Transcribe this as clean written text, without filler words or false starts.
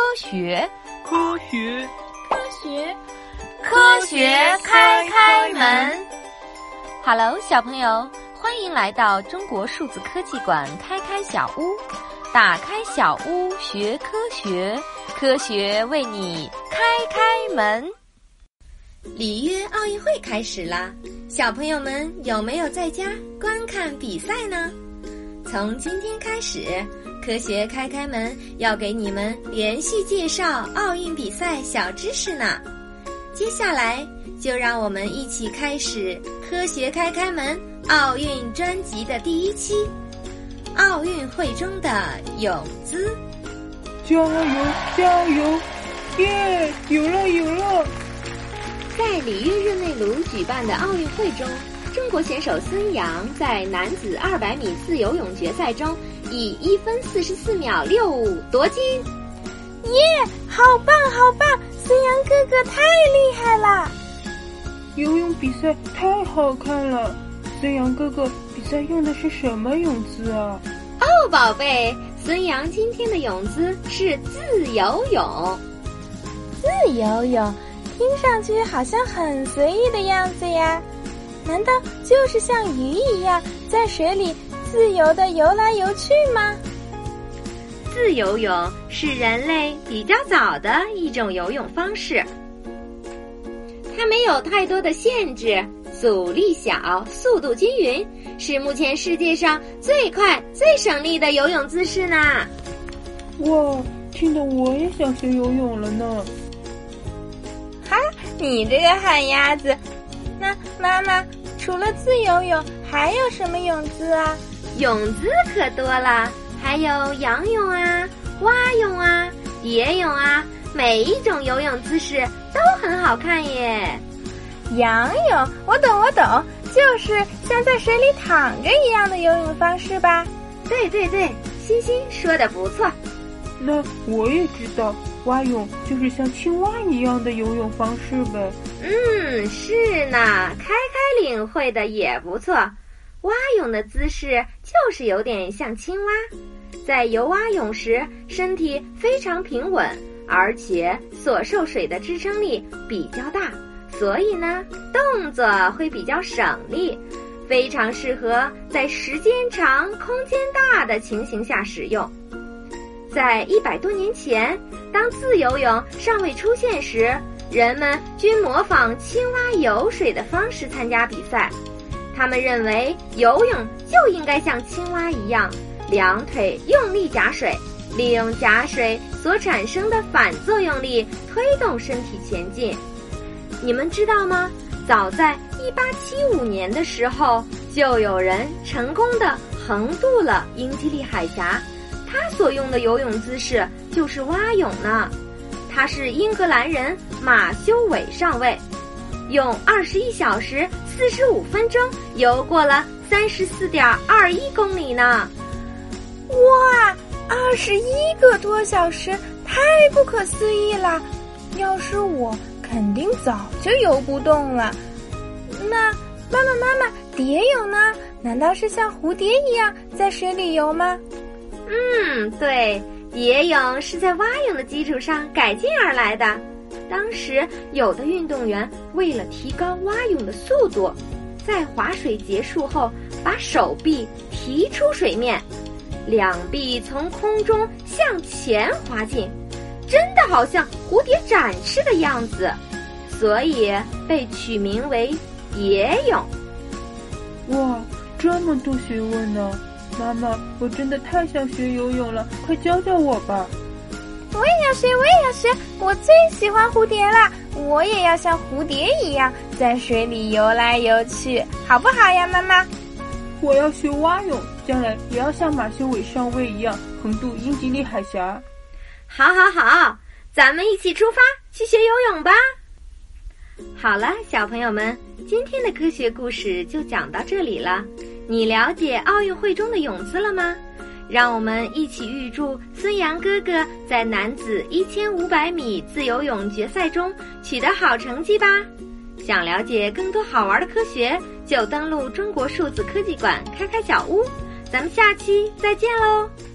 学， 科学， 科学， 科学开门。Hello， 小朋友，欢迎来到中国数字科技馆开小屋，打开小屋学科学，科学为你开门。 里约奥运会开始啦，小朋友们有没有在家观看比赛呢？从今天开始，科学开门要给你们连续介绍奥运比赛小知识呢。接下来就让我们一起开始科学开门奥运专辑的第一期，奥运会中的泳姿。 加油加油，耶，有了！ 在里约热内卢举办的奥运会中，中国选手孙杨在男子200米自由泳决赛中以1分44秒65夺金。 耶，好棒好棒，孙杨哥哥太厉害了！ 游泳比赛太好看了，孙杨哥哥比赛用的是什么泳姿啊？ 哦，宝贝，孙杨今天的泳姿是自由泳。 自由泳听上去好像很随意的样子呀，难道就是像鱼一样在水里自由地游来游去吗？ 自由泳是人类比较早的一种游泳方式，它没有太多的限制，阻力小，速度均匀，是目前世界上最快最省力的游泳姿势呢。 哇，听得我也想学游泳了呢。 哈，你这个旱鸭子！那妈妈，除了自由泳还有什么泳姿啊？ 泳姿可多了，还有仰泳啊、蛙泳啊、蝶泳啊，每一种游泳姿势都很好看耶。 仰泳，我懂，就是像在水里躺着一样的游泳方式吧？ 对，欣欣说得不错。 那我也知道，蛙泳就是像青蛙一样的游泳方式呗。 是呢，开领会的也不错。蛙泳的姿势就是有点像青蛙，在游蛙泳时身体非常平稳，而且所受水的支撑力比较大，所以呢动作会比较省力，非常适合在时间长、空间大的情形下使用。在100多年前，当自由泳尚未出现时，人们均模仿青蛙游水的方式参加比赛。他们认为游泳就应该像青蛙一样，两腿用力夹水，利用夹水所产生的反作用力推动身体前进。你们知道吗？早在1875年的时候，就有人成功地横渡了英吉利海峡，他所用的游泳姿势就是蛙泳呢。他是英格兰人马修韦上尉，用21小时45分钟游过了34.21公里呢。 哇，21个多小时，太不可思议了！要是我，肯定早就游不动了。那妈妈，蝶泳呢？难道是像蝴蝶一样在水里游吗？ 对，蝶泳是在蛙泳的基础上改进而来的。当时有的运动员为了提高蛙泳的速度，在划水结束后把手臂提出水面，两臂从空中向前滑进，真的好像蝴蝶展翅的样子，所以被取名为蝶泳。 哇，这么多学问呢！妈妈，我真的太想学游泳了，快教教我吧。 我也要学，我最喜欢蝴蝶啦！我也要像蝴蝶一样在水里游来游去，好不好呀，妈妈？ 我要学蛙泳，将来也要像马修韦上尉一样横渡英吉利海峡。 好，咱们一起出发去学游泳吧。好了，小朋友们，今天的科学故事就讲到这里了。你了解奥运会中的泳姿了吗？让我们一起预祝孙杨哥哥在男子1500米自由泳决赛中取得好成绩吧！想了解更多好玩的科学，就登录中国数字科技馆开小屋。咱们下期再见喽！